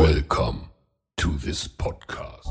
Welcome to this podcast.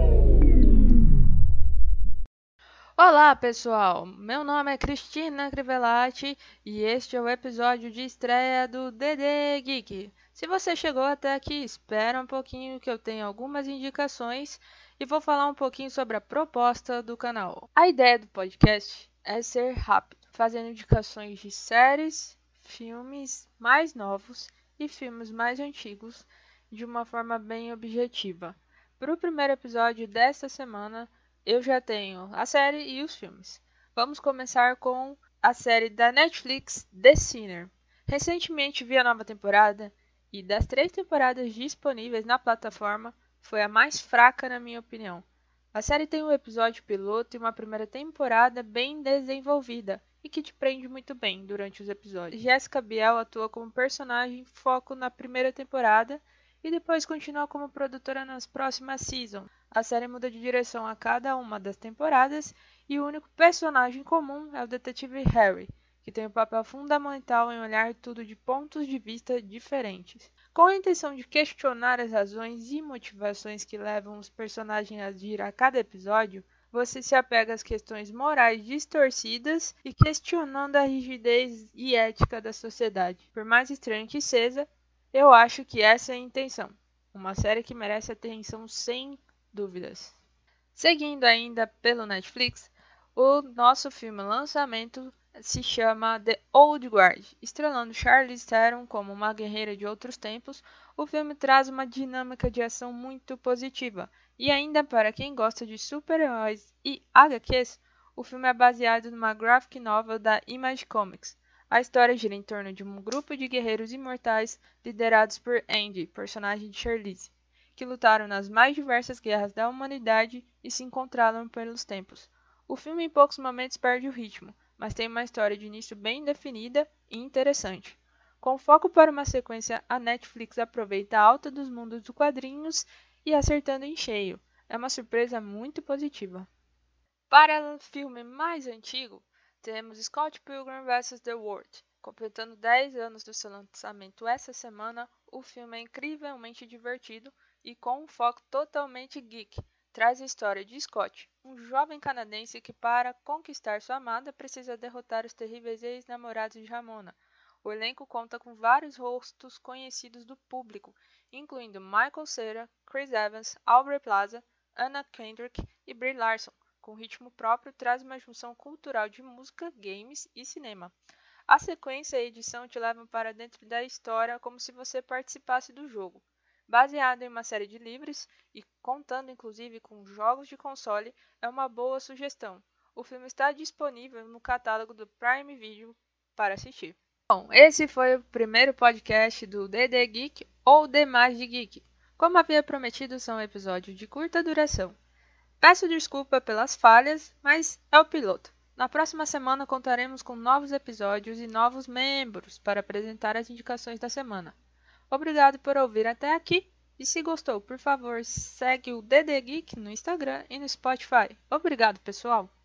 Olá, pessoal! Meu nome é Cristina Crivellati e este é o episódio de estreia do DD Geek. Se você chegou até aqui, espera um pouquinho que eu tenho algumas indicações e vou falar um pouquinho sobre a proposta do canal. A ideia do podcast é ser rápido, fazendo indicações de séries, filmes mais novos e filmes mais antigos de uma forma bem objetiva. Para o primeiro episódio desta semana, eu já tenho a série e os filmes. Vamos começar com a série da Netflix, The Sinner. Recentemente vi a nova temporada e das 3 temporadas disponíveis na plataforma, foi a mais fraca na minha opinião. A série tem um episódio piloto e uma primeira temporada bem desenvolvida e que te prende muito bem durante os episódios. Jessica Biel atua como personagem foco na primeira temporada e depois continua como produtora nas próximas seasons. A série muda de direção a cada uma das temporadas e o único personagem comum é o detetive Harry, que tem um papel fundamental em olhar tudo de pontos de vista diferentes. Com a intenção de questionar as razões e motivações que levam os personagens a agir a cada episódio, você se apega às questões morais distorcidas e questionando a rigidez e ética da sociedade. Por mais estranho que seja, eu acho que essa é a intenção. Uma série que merece atenção sem dúvidas. Seguindo ainda pelo Netflix, o nosso filme lançamento se chama The Old Guard. Estrelando Charlize Theron como uma guerreira de outros tempos, o filme traz uma dinâmica de ação muito positiva. E ainda para quem gosta de super-heróis e HQs, o filme é baseado numa graphic novel da Image Comics. A história gira em torno de um grupo de guerreiros imortais liderados por Andy, personagem de Charlize, que lutaram nas mais diversas guerras da humanidade e se encontraram pelos tempos. O filme em poucos momentos perde o ritmo, mas tem uma história de início bem definida e interessante. Com foco para uma sequência, a Netflix aproveita a alta dos mundos dos quadrinhos e acertando em cheio. É uma surpresa muito positiva. Para o filme mais antigo, temos Scott Pilgrim vs. The World. Completando 10 anos do seu lançamento essa semana, o filme é incrivelmente divertido e com um foco totalmente geek. Traz a história de Scott, um jovem canadense que para conquistar sua amada precisa derrotar os terríveis ex-namorados de Ramona. O elenco conta com vários rostos conhecidos do público, incluindo Michael Cera, Chris Evans, Aubrey Plaza, Anna Kendrick e Brie Larson. Com ritmo próprio, traz uma junção cultural de música, games e cinema. A sequência e a edição te levam para dentro da história como se você participasse do jogo. Baseado em uma série de livros e contando inclusive com jogos de console, é uma boa sugestão. O filme está disponível no catálogo do Prime Video para assistir. Bom, esse foi o primeiro podcast do DD Geek ou The Magic Geek. Como havia prometido, são episódios de curta duração. Peço desculpa pelas falhas, mas é o piloto. Na próxima semana contaremos com novos episódios e novos membros para apresentar as indicações da semana. Obrigado por ouvir até aqui e se gostou, por favor, segue o DD Geek no Instagram e no Spotify. Obrigado, pessoal!